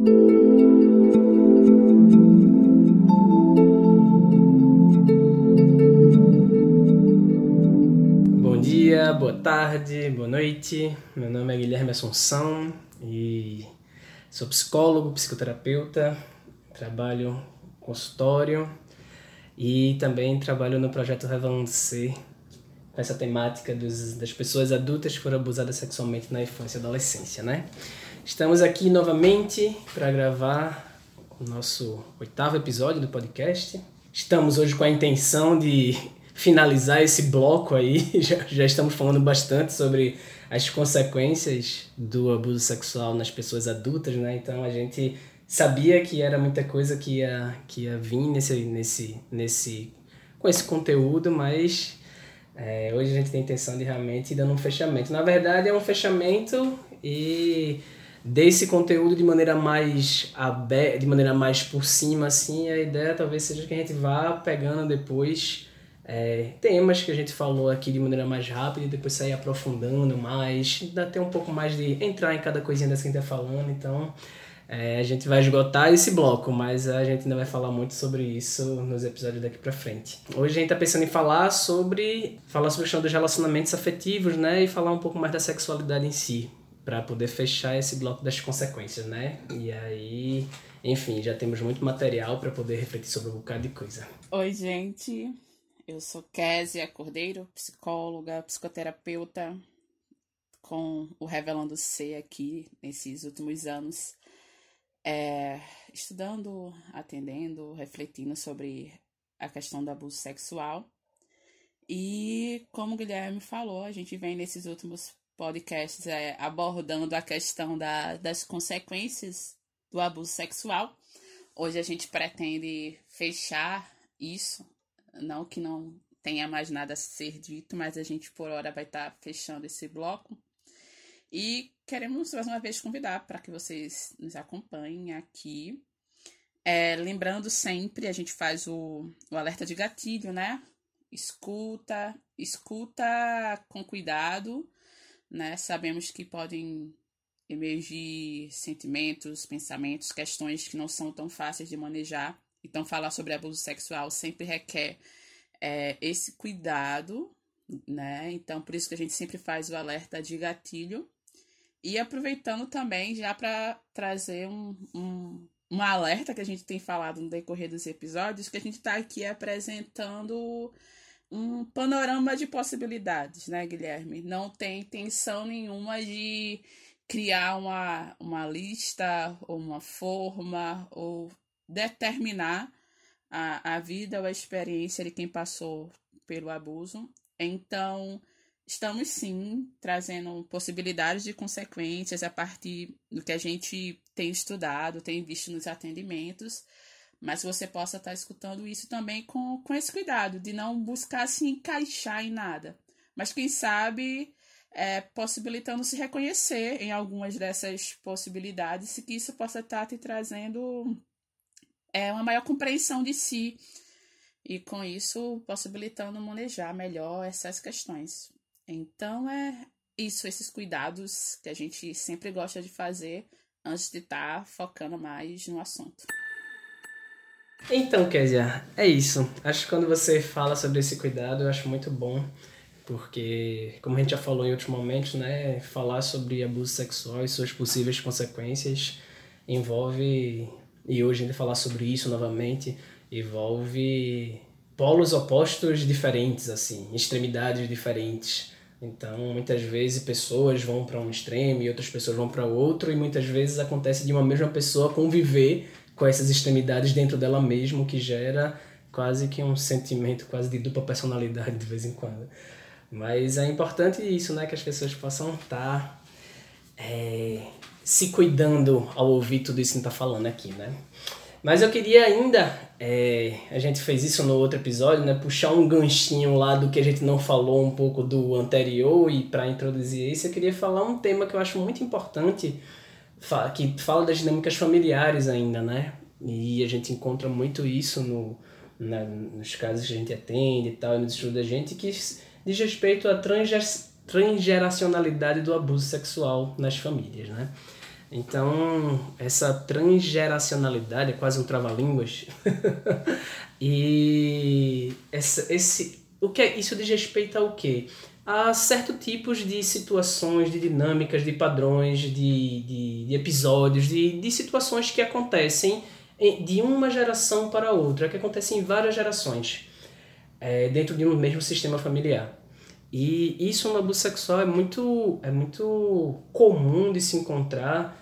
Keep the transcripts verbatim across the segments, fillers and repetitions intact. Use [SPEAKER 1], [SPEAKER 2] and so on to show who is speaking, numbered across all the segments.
[SPEAKER 1] Bom dia, boa tarde, boa noite. Meu nome é Guilherme Assunção e sou psicólogo, psicoterapeuta, trabalho em consultório e também trabalho no projeto Revelando Ser, com essa temática dos, das pessoas adultas que foram abusadas sexualmente na infância e adolescência, né? Estamos aqui novamente para gravar o nosso oitavo episódio do podcast. Estamos hoje com a intenção de finalizar esse bloco aí. Já, já estamos falando bastante sobre as consequências do abuso sexual nas pessoas adultas, né? Então a gente sabia que era muita coisa que ia, que ia vir nesse, nesse, nesse, com esse conteúdo, mas é, hoje a gente tem a intenção de realmente ir dando um fechamento. Na verdade é um fechamento e desse conteúdo de maneira mais aberta, de maneira mais por cima, assim, a ideia talvez seja que a gente vá pegando depois é, temas que a gente falou aqui de maneira mais rápida e depois sair aprofundando mais, dá até um pouco mais de entrar em cada coisinha dessa que a gente tá falando, então é, a gente vai esgotar esse bloco, mas a gente ainda vai falar muito sobre isso nos episódios daqui pra frente. Hoje a gente tá pensando em falar sobre, falar sobre a questão dos relacionamentos afetivos, né, e falar um pouco mais da sexualidade em si, para poder fechar esse bloco das consequências, né? E aí, enfim, já temos muito material para poder refletir sobre um bocado de coisa.
[SPEAKER 2] Oi, gente. Eu sou Késia Cordeiro, psicóloga, psicoterapeuta, com o Revelando Ser aqui nesses últimos anos, é, estudando, atendendo, refletindo sobre a questão do abuso sexual. E, como o Guilherme falou, a gente vem nesses últimos podcasts é, abordando a questão da, das consequências do abuso sexual. Hoje a gente pretende fechar isso, não que não tenha mais nada a ser dito, mas a gente por hora vai estar fechando esse bloco. E queremos mais uma vez convidar para que vocês nos acompanhem aqui. É, lembrando sempre, a gente faz o, o alerta de gatilho, né? Escuta, escuta com cuidado, né? Sabemos que podem emergir sentimentos, pensamentos, questões que não são tão fáceis de manejar. Então, falar sobre abuso sexual sempre requer é, esse cuidado, né? Então, por isso que a gente sempre faz o alerta de gatilho. E aproveitando também já para trazer um, um, um alerta que a gente tem falado no decorrer dos episódios, que a gente está aqui apresentando um panorama de possibilidades, né, Guilherme? Não tem intenção nenhuma de criar uma, uma lista ou uma forma ou determinar a, a vida ou a experiência de quem passou pelo abuso. Então, estamos sim trazendo possibilidades de consequências a partir do que a gente tem estudado, tem visto nos atendimentos, mas você possa estar escutando isso também com, com esse cuidado, de não buscar se encaixar em nada. Mas quem sabe, é, possibilitando se reconhecer em algumas dessas possibilidades e que isso possa estar te trazendo é, uma maior compreensão de si. E com isso, possibilitando manejar melhor essas questões. Então, é isso, esses cuidados que a gente sempre gosta de fazer antes de estar focando mais no assunto.
[SPEAKER 1] Então, Késia, é isso. Acho que quando você fala sobre esse cuidado, eu acho muito bom, porque, como a gente já falou em outros momentos, né, falar sobre abuso sexual e suas possíveis consequências envolve, e hoje a gente falar sobre isso novamente, envolve polos opostos diferentes, assim, extremidades diferentes. Então, muitas vezes pessoas vão para um extremo e outras pessoas vão para outro, e muitas vezes acontece de uma mesma pessoa conviver com essas extremidades dentro dela mesma, que gera quase que um sentimento quase de dupla personalidade de vez em quando. Mas é importante isso, né? Que as pessoas possam estar é, se cuidando ao ouvir tudo isso que a gente está falando aqui, né? Mas eu queria ainda, é, a gente fez isso no outro episódio, né? Puxar um ganchinho lá do que a gente não falou um pouco do anterior, e para introduzir isso eu queria falar um tema que eu acho muito importante, que fala das dinâmicas familiares ainda, né? E a gente encontra muito isso no, na, nos casos que a gente atende e tal, nos estudos da gente, que diz respeito à transger, transgeracionalidade do abuso sexual nas famílias, né? Então, essa transgeracionalidade é quase um trava-línguas. E essa, esse, o que é, isso diz respeito ao quê? A certos tipos de situações, de dinâmicas, de padrões, de, de, de episódios, de, de situações que acontecem de uma geração para outra, que acontecem em várias gerações, é, dentro de um mesmo sistema familiar. E isso no abuso sexual é muito, é muito comum de se encontrar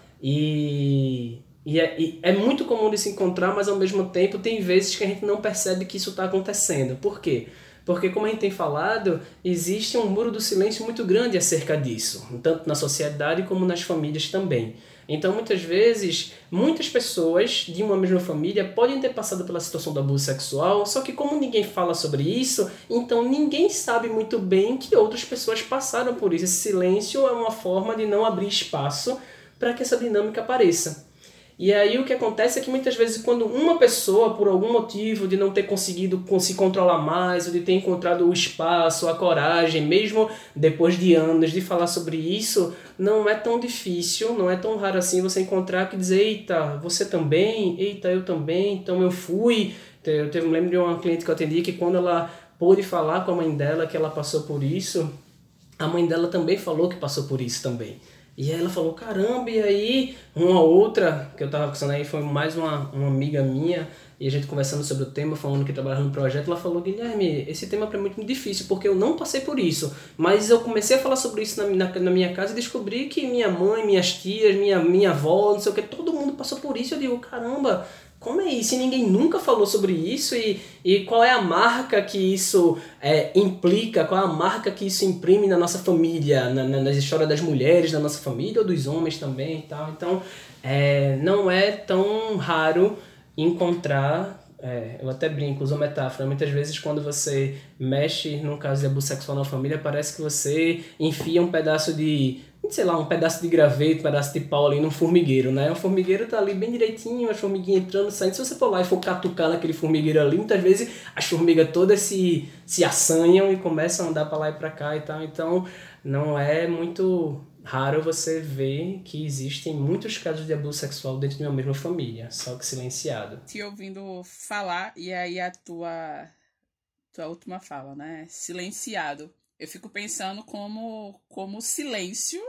[SPEAKER 1] e, e, é, e é muito comum de se encontrar, mas ao mesmo tempo tem vezes que a gente não percebe que isso está acontecendo. Por quê? Porque, como a gente tem falado, existe um muro do silêncio muito grande acerca disso, tanto na sociedade como nas famílias também. Então, muitas vezes, muitas pessoas de uma mesma família podem ter passado pela situação do abuso sexual, só que como ninguém fala sobre isso, então ninguém sabe muito bem que outras pessoas passaram por isso. Esse silêncio é uma forma de não abrir espaço para que essa dinâmica apareça. E aí o que acontece é que muitas vezes quando uma pessoa, por algum motivo de não ter conseguido se controlar mais, ou de ter encontrado o espaço, a coragem, mesmo depois de anos de falar sobre isso, não é tão difícil, não é tão raro assim você encontrar que dizer, eita, você também? Eita, eu também, então eu fui. Eu me lembro de uma cliente que eu atendi que quando ela pôde falar com a mãe dela que ela passou por isso, a mãe dela também falou que passou por isso também. E aí ela falou, caramba, e aí uma outra, que eu tava conversando aí, foi mais uma, uma amiga minha, e a gente conversando sobre o tema, falando que trabalhava no projeto, ela falou, Guilherme, esse tema para mim é muito difícil, porque eu não passei por isso, mas eu comecei a falar sobre isso na, na, na minha casa e descobri que minha mãe, minhas tias, minha, minha avó, não sei o que, todo mundo passou por isso. Eu digo, caramba, como é isso? E ninguém nunca falou sobre isso, e, e qual é a marca que isso é, implica, qual é a marca que isso imprime na nossa família, na, na, nas histórias das mulheres da nossa família ou dos homens também e tal. Então, é, não é tão raro encontrar, é, eu até brinco, uso metáfora, muitas vezes quando você mexe num caso de abuso sexual na família, parece que você enfia um pedaço de, sei lá, um pedaço de graveto, um pedaço de pau ali num formigueiro, né? O formigueiro tá ali bem direitinho, as formiguinhas entrando, saindo. Se você for lá e for catucar naquele formigueiro ali, muitas vezes as formigas todas se, se assanham e começam a andar para lá e para cá e tal. Então, não é muito raro você ver que existem muitos casos de abuso sexual dentro de uma mesma família, só que silenciado.
[SPEAKER 2] Te ouvindo falar, e aí a tua, tua última fala, né? Silenciado. Eu fico pensando como, como o silêncio,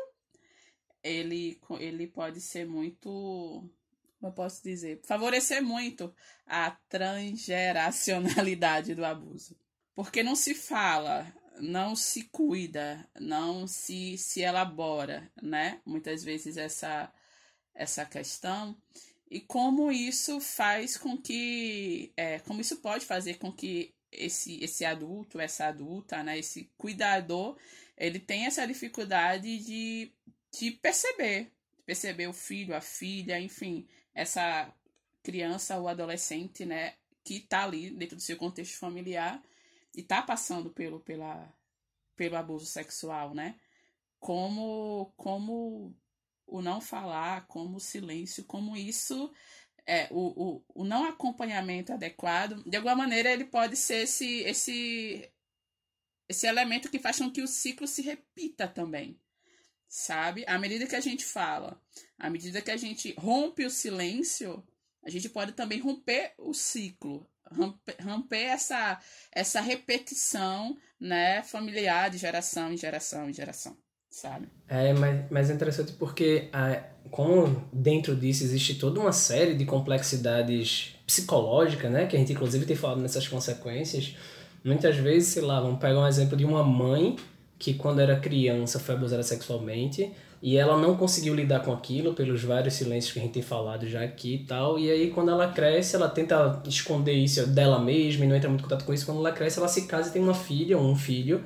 [SPEAKER 2] ele, ele pode ser muito, como eu posso dizer, favorecer muito a transgeracionalidade do abuso. Porque não se fala, não se cuida, não se, se elabora, né? Muitas vezes essa, essa questão. E como isso faz com que, é, como isso pode fazer com que esse, esse adulto, essa adulta, né, esse cuidador, ele tem essa dificuldade de, de perceber, perceber o filho, a filha, enfim, essa criança ou adolescente, né, que está ali dentro do seu contexto familiar e está passando pelo, pela, pelo abuso sexual, né? Como, como o não falar, como o silêncio, como isso, é, o, o, o não acompanhamento adequado, de alguma maneira ele pode ser esse, esse, esse elemento que faz com que o ciclo se repita também, sabe? À medida que a gente fala, à medida que a gente rompe o silêncio, a gente pode também romper o ciclo, romper essa, essa repetição, né, familiar de geração em geração em geração, sabe?
[SPEAKER 1] É, mas, mas é interessante porque ah, como dentro disso existe toda uma série de complexidades psicológicas, né, que a gente inclusive tem falado nessas consequências, muitas vezes, sei lá, vamos pegar um exemplo de uma mãe que quando era criança foi abusada sexualmente e ela não conseguiu lidar com aquilo pelos vários silêncios que a gente tem falado já aqui e tal, e aí quando ela cresce ela tenta esconder isso dela mesma e não entra muito em contato com isso. Quando ela cresce ela se casa e tem uma filha ou um filho,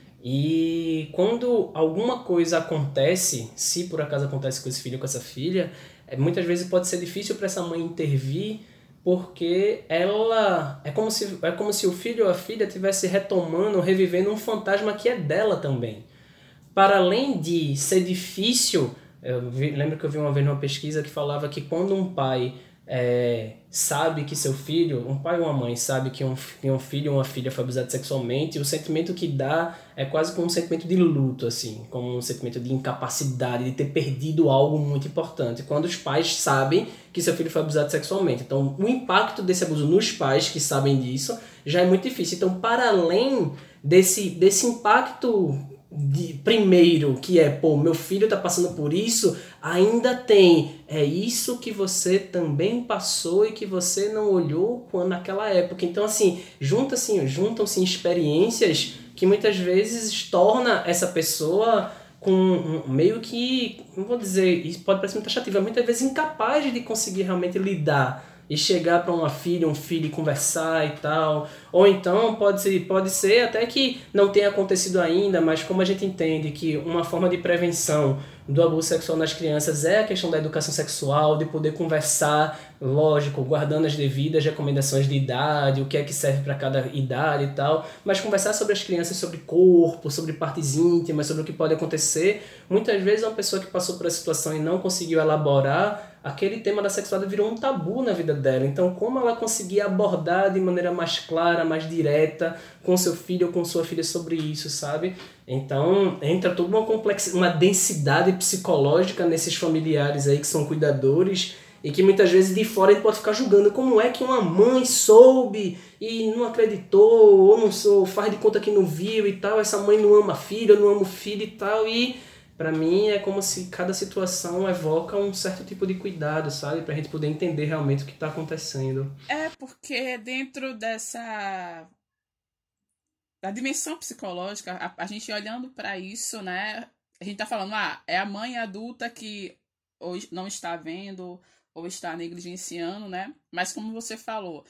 [SPEAKER 1] e quando alguma coisa acontece, se por acaso acontece com esse filho ou com essa filha, muitas vezes pode ser difícil para essa mãe intervir, porque ela é como se, é como se o filho ou a filha estivesse retomando, revivendo um fantasma que é dela também. Para além de ser difícil, eu vi, lembro que eu vi uma vez numa pesquisa que falava que quando um pai é, sabe que seu filho, um pai ou uma mãe sabe que um, que um filho ou uma filha foi abusado sexualmente, o sentimento que dá é quase como um sentimento de luto, assim, como um sentimento de incapacidade, de ter perdido algo muito importante, quando os pais sabem que seu filho foi abusado sexualmente. Então, o impacto desse abuso nos pais que sabem disso já é muito difícil. Então, para além desse, desse impacto de, primeiro, que é, pô, meu filho tá passando por isso, ainda tem, é isso que você também passou e que você não olhou quando naquela época. Então, assim, junta, assim juntam-se experiências que muitas vezes torna essa pessoa com um, meio que, não vou dizer, isso pode parecer muito taxativo, é muitas vezes incapaz de conseguir realmente lidar e chegar para uma filha, um filho e conversar e tal. Ou então pode ser, pode ser até que não tenha acontecido ainda, mas como a gente entende que uma forma de prevenção do abuso sexual nas crianças é a questão da educação sexual, de poder conversar, lógico, guardando as devidas recomendações de idade, o que é que serve para cada idade e tal, mas conversar sobre as crianças, sobre corpo, sobre partes íntimas, sobre o que pode acontecer. Muitas vezes uma pessoa que passou por essa situação e não conseguiu elaborar, aquele tema da sexualidade virou um tabu na vida dela. Então, como ela conseguir abordar de maneira mais clara, mais direta, com seu filho ou com sua filha sobre isso, sabe? Então, entra toda uma complexidade, uma densidade psicológica nesses familiares aí que são cuidadores e que muitas vezes de fora a gente pode ficar julgando como é que uma mãe soube e não acreditou, ou não sou, faz de conta que não viu e tal, essa mãe não ama filho, eu não amo filho e tal, e pra mim é como se cada situação evoca um certo tipo de cuidado, sabe? Pra gente poder entender realmente o que tá acontecendo.
[SPEAKER 2] É porque dentro dessa da dimensão psicológica, a, a gente olhando para isso, né? A gente tá falando, ah, é a mãe adulta que ou não está vendo ou está negligenciando, né? Mas como você falou,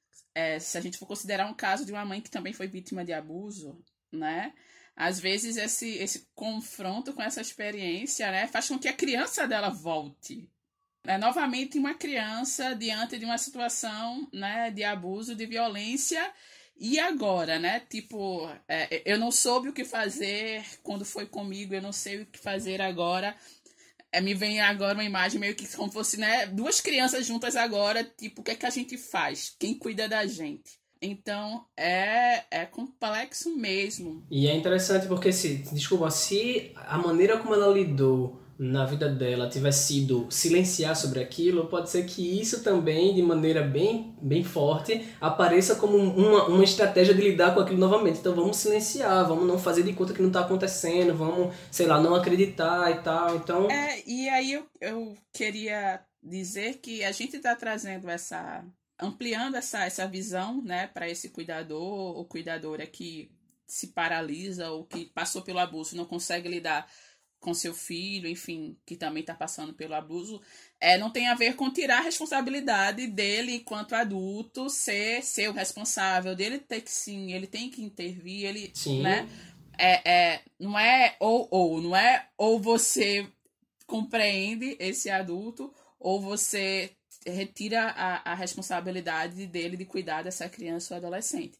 [SPEAKER 2] é, se a gente for considerar um caso de uma mãe que também foi vítima de abuso, né? Às vezes esse, esse confronto com essa experiência, né, faz com que a criança dela volte. É novamente uma criança diante de uma situação, né, de abuso, de violência. E agora, né? Tipo, é, eu não soube o que fazer quando foi comigo, eu não sei o que fazer agora. É, me vem agora uma imagem meio que como fosse, né, duas crianças juntas agora, tipo, o que é que a gente faz? Quem cuida da gente? Então, é, é complexo mesmo.
[SPEAKER 1] E é interessante porque, se, desculpa, se a maneira como ela lidou na vida dela tivesse sido silenciar sobre aquilo, pode ser que isso também, de maneira bem, bem forte, apareça como uma, uma estratégia de lidar com aquilo novamente. Então vamos silenciar, vamos não fazer de conta que não está acontecendo, vamos, sei lá, não acreditar e tal. Então...
[SPEAKER 2] É, e aí eu, eu queria dizer que a gente está trazendo essa... ampliando essa, essa visão, né, para esse cuidador ou cuidadora que se paralisa ou que passou pelo abuso e não consegue lidar com seu filho, enfim, que também está passando pelo abuso, é, não tem a ver com tirar a responsabilidade dele enquanto adulto, ser, ser o responsável dele, ter que sim, ele tem que intervir, ele,
[SPEAKER 1] Sim.
[SPEAKER 2] né, é, é, não é ou ou, não é ou você compreende esse adulto ou você retira a, a responsabilidade dele de cuidar dessa criança ou adolescente.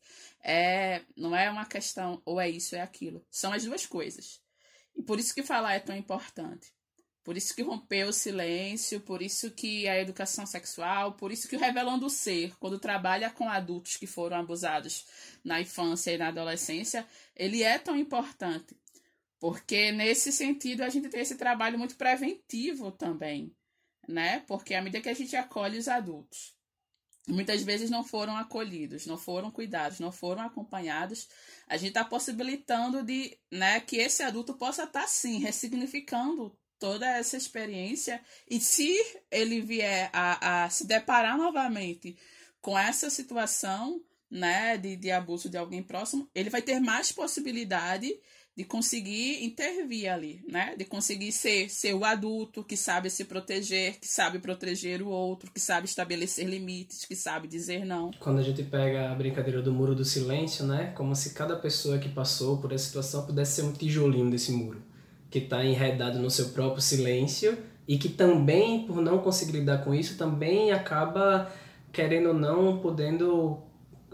[SPEAKER 2] É, não é uma questão ou é isso ou é aquilo. São as duas coisas. E por isso que falar é tão importante. Por isso que romper o silêncio, por isso que a educação sexual, por isso que o Revelando o Ser, quando trabalha com adultos que foram abusados na infância e na adolescência, ele é tão importante. Porque nesse sentido a gente tem esse trabalho muito preventivo também, né? Porque à medida que a gente acolhe os adultos, muitas vezes não foram acolhidos, não foram cuidados, não foram acompanhados, a gente está possibilitando de, né, que esse adulto possa estar, tá, sim, ressignificando toda essa experiência e se ele vier a, a se deparar novamente com essa situação, né, de, de abuso de alguém próximo, ele vai ter mais possibilidade de conseguir intervir ali, né? De conseguir ser, ser o adulto que sabe se proteger, que sabe proteger o outro, que sabe estabelecer limites, que sabe dizer não.
[SPEAKER 1] Quando a gente pega a brincadeira do muro do silêncio, né? Como se cada pessoa que passou por essa situação pudesse ser um tijolinho desse muro, que está enredado no seu próprio silêncio e que também, por não conseguir lidar com isso, também acaba, querendo ou não, podendo...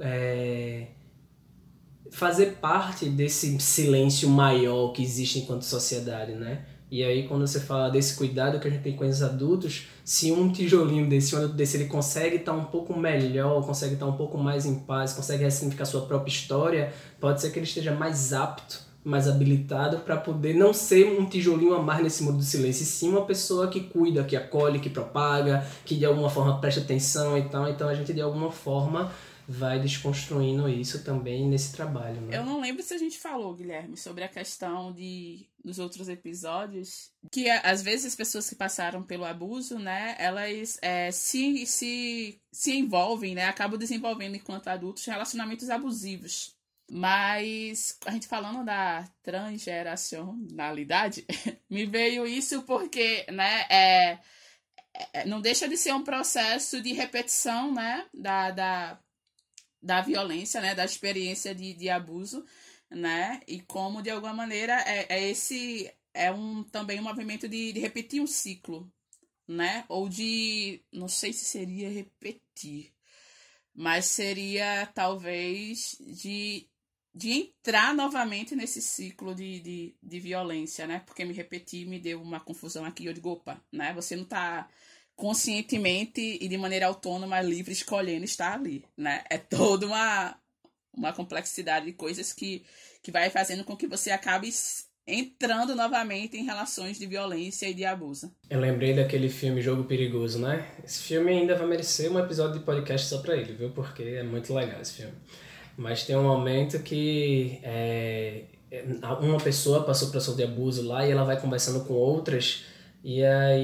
[SPEAKER 1] É... fazer parte desse silêncio maior que existe enquanto sociedade, né? E aí, quando você fala desse cuidado que a gente tem com os adultos, se um tijolinho desse, um adulto desse, ele consegue estar um pouco melhor, consegue estar um pouco mais em paz, consegue ressignificar sua própria história, pode ser que ele esteja mais apto, mais habilitado para poder não ser um tijolinho a mais nesse mundo do silêncio, e sim uma pessoa que cuida, que acolhe, que propaga, que de alguma forma presta atenção e tal. Então a gente de alguma forma vai desconstruindo isso também nesse trabalho, né?
[SPEAKER 2] Eu não lembro se a gente falou, Guilherme, sobre a questão de nos outros episódios, que às vezes as pessoas que passaram pelo abuso, né, elas é, se, se, se envolvem, né, acabam desenvolvendo enquanto adultos relacionamentos abusivos. Mas a gente falando da transgeracionalidade, me veio isso porque, né, é, é, não deixa de ser um processo de repetição, né, da, da, da violência, né, da experiência de, de abuso, né, e como de alguma maneira é, é esse é um também um movimento de, de repetir um ciclo, né, ou de, não sei se seria repetir, mas seria talvez de de entrar novamente nesse ciclo de, de, de violência, né? Porque me repetir me deu uma confusão aqui, eu digo, opa, né? Você não tá conscientemente e de maneira autônoma, livre, escolhendo estar ali, né? É toda uma, uma complexidade de coisas que, que vai fazendo com que você acabe entrando novamente em relações de violência e de abuso.
[SPEAKER 1] Eu lembrei daquele filme Jogo Perigoso, né? Esse filme ainda vai merecer um episódio de podcast só pra ele, viu? Porque é muito legal esse filme. Mas tem um momento que é, uma pessoa passou por de abuso lá e ela vai conversando com outras, e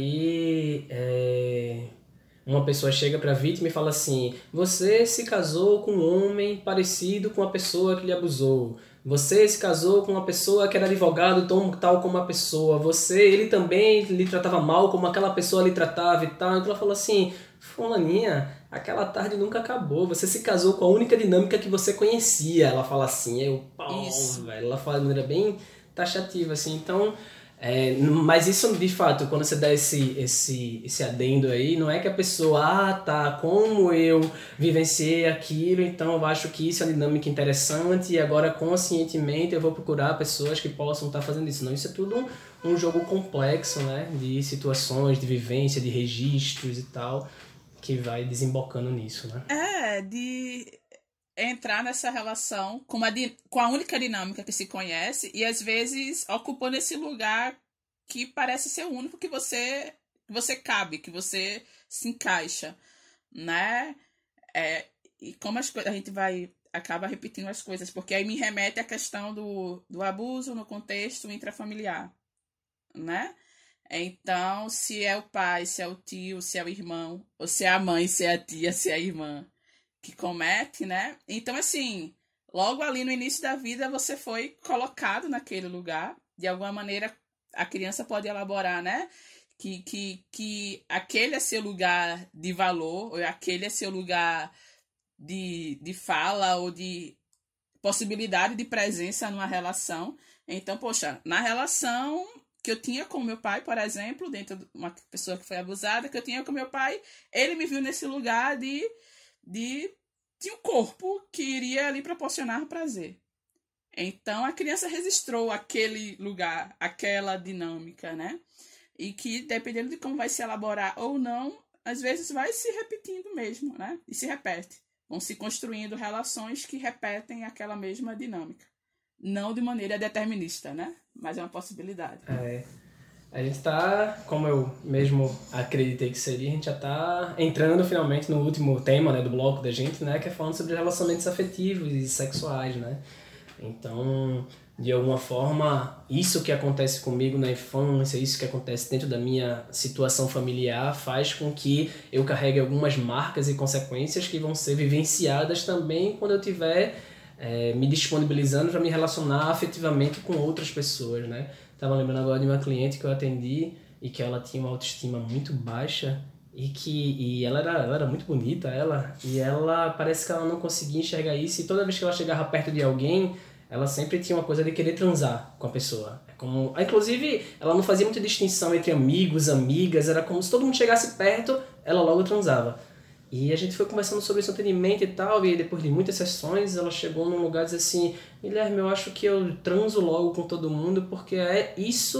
[SPEAKER 1] aí é, uma pessoa chega pra vítima e fala assim: você se casou com um homem parecido com a pessoa que lhe abusou. Você se casou com uma pessoa que era advogado tal como a pessoa. Você, ele também lhe tratava mal como aquela pessoa lhe tratava e tal. Então ela falou assim: fulaninha, aquela tarde nunca acabou. Você se casou com a única dinâmica que você conhecia. Ela fala assim, eu, pau, velho. Ela fala de maneira bem taxativa, assim. Então, é, mas isso, de fato, quando você dá esse, esse, esse adendo aí, não é que a pessoa, ah, tá, como eu vivenciei aquilo, então eu acho que isso é uma dinâmica interessante e agora, conscientemente, eu vou procurar pessoas que possam estar fazendo isso. Não, isso é tudo um, um jogo complexo, né? De situações, de vivência, de registros e tal, que vai desembocando nisso, né?
[SPEAKER 2] É, de entrar nessa relação com, uma, com a única dinâmica que se conhece e às vezes ocupando esse lugar que parece ser o único que você, que você cabe, que você se encaixa, né? É, e como as coisas, a gente vai acaba repetindo as coisas, porque aí me remete à questão do, do abuso no contexto intrafamiliar, né? Então, se é o pai, se é o tio, se é o irmão, ou se é a mãe, se é a tia, se é a irmã que comete, né? Então, assim, logo ali no início da vida você foi colocado naquele lugar. De alguma maneira, a criança pode elaborar, né? Que, que, que aquele é seu lugar de valor, ou aquele é seu lugar de, de fala, ou de possibilidade de presença numa relação. Então, poxa, na relação que eu tinha com meu pai, por exemplo, dentro de uma pessoa que foi abusada, que eu tinha com meu pai, ele me viu nesse lugar de De, de um corpo que iria lhe proporcionar prazer. Então, a criança registrou aquele lugar, aquela dinâmica, né? E que, dependendo de como vai se elaborar ou não, às vezes vai se repetindo mesmo, né? E se repete. Vão se construindo relações que repetem aquela mesma dinâmica. Não de maneira determinista, né? Mas é uma possibilidade.
[SPEAKER 1] É... A gente tá, como eu mesmo acreditei que seria, a gente já tá entrando finalmente no último tema, né, do bloco da gente, né, que é falando sobre relacionamentos afetivos e sexuais, né. Então, de alguma forma, isso que acontece comigo na infância, isso que acontece dentro da minha situação familiar, faz com que eu carregue algumas marcas e consequências que vão ser vivenciadas também quando eu tiver é, me disponibilizando para me relacionar afetivamente com outras pessoas, né. Tava lembrando agora de uma cliente que eu atendi e que ela tinha uma autoestima muito baixa e que e ela, era, ela era muito bonita, ela, e ela parece que ela não conseguia enxergar isso e toda vez que ela chegava perto de alguém, ela sempre tinha uma coisa de querer transar com a pessoa. É como, inclusive, ela não fazia muita distinção entre amigos, amigas, era como se todo mundo chegasse perto, ela logo transava. E a gente foi conversando sobre esse atendimento e tal, e depois de muitas sessões, ela chegou num lugar e disse assim: Guilherme, eu acho que eu transo logo com todo mundo, porque é isso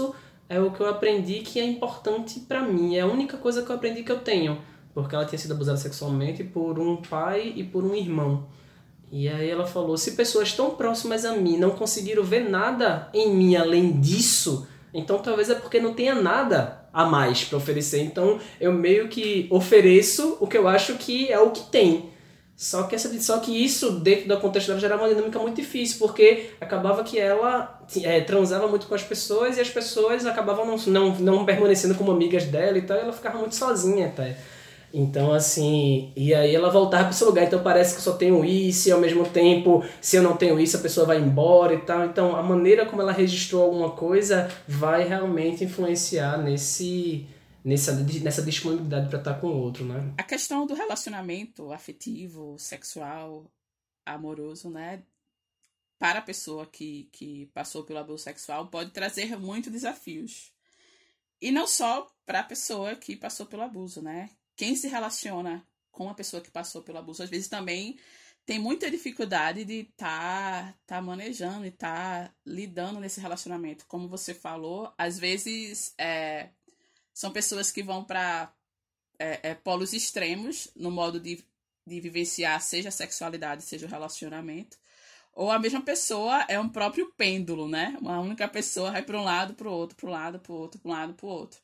[SPEAKER 1] é o que eu aprendi que é importante pra mim, é a única coisa que eu aprendi que eu tenho, porque ela tinha sido abusada sexualmente por um pai e por um irmão. E aí ela falou, se pessoas tão próximas a mim não conseguiram ver nada em mim além disso, então talvez é porque não tenha nada a mais para oferecer. Então eu meio que ofereço o que eu acho que é o que tem. Só que, essa, só que isso, dentro do contexto dela, gerava uma dinâmica muito difícil, porque acabava que ela é, transava muito com as pessoas e as pessoas acabavam não, não, não permanecendo como amigas dela e tal, e ela ficava muito sozinha até. Então, assim, e aí ela voltava para esse lugar, então parece que eu só tenho isso e ao mesmo tempo, se eu não tenho isso, a pessoa vai embora e tal. Então, a maneira como ela registrou alguma coisa vai realmente influenciar nesse, nessa, nessa disponibilidade para estar com o outro, né?
[SPEAKER 2] A questão do relacionamento afetivo, sexual, amoroso, né? Para a pessoa que, que passou pelo abuso sexual, pode trazer muitos desafios. E não só para a pessoa que passou pelo abuso, né? Quem se relaciona com a pessoa que passou pelo abuso, às vezes também tem muita dificuldade de estar tá, tá manejando e estar tá lidando nesse relacionamento. Como você falou, às vezes é, são pessoas que vão para é, é, polos extremos no modo de, de vivenciar, seja a sexualidade, seja o relacionamento. Ou a mesma pessoa é um próprio pêndulo, né? Uma única pessoa vai para um lado, para o outro, para um lado, para o outro, para um lado, para o outro.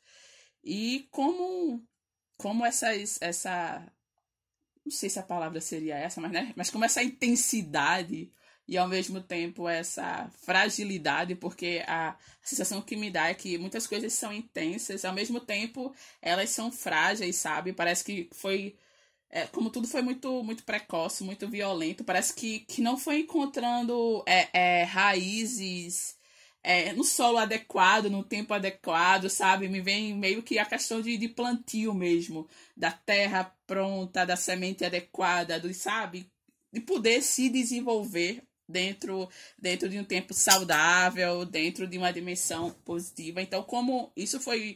[SPEAKER 2] E como... como essas, essa, não sei se a palavra seria essa, mas, né? Mas como essa intensidade e ao mesmo tempo essa fragilidade, porque a sensação que me dá é que muitas coisas são intensas, ao mesmo tempo elas são frágeis, sabe? Parece que foi, é, como tudo foi muito, muito precoce, muito violento, parece que, que não foi encontrando é, é, raízes... É, no solo adequado, no tempo adequado, sabe? Me vem meio que a questão de, de plantio mesmo, da terra pronta, da semente adequada, do, sabe? De poder se desenvolver dentro, dentro de um tempo saudável, dentro de uma dimensão positiva. Então, como isso foi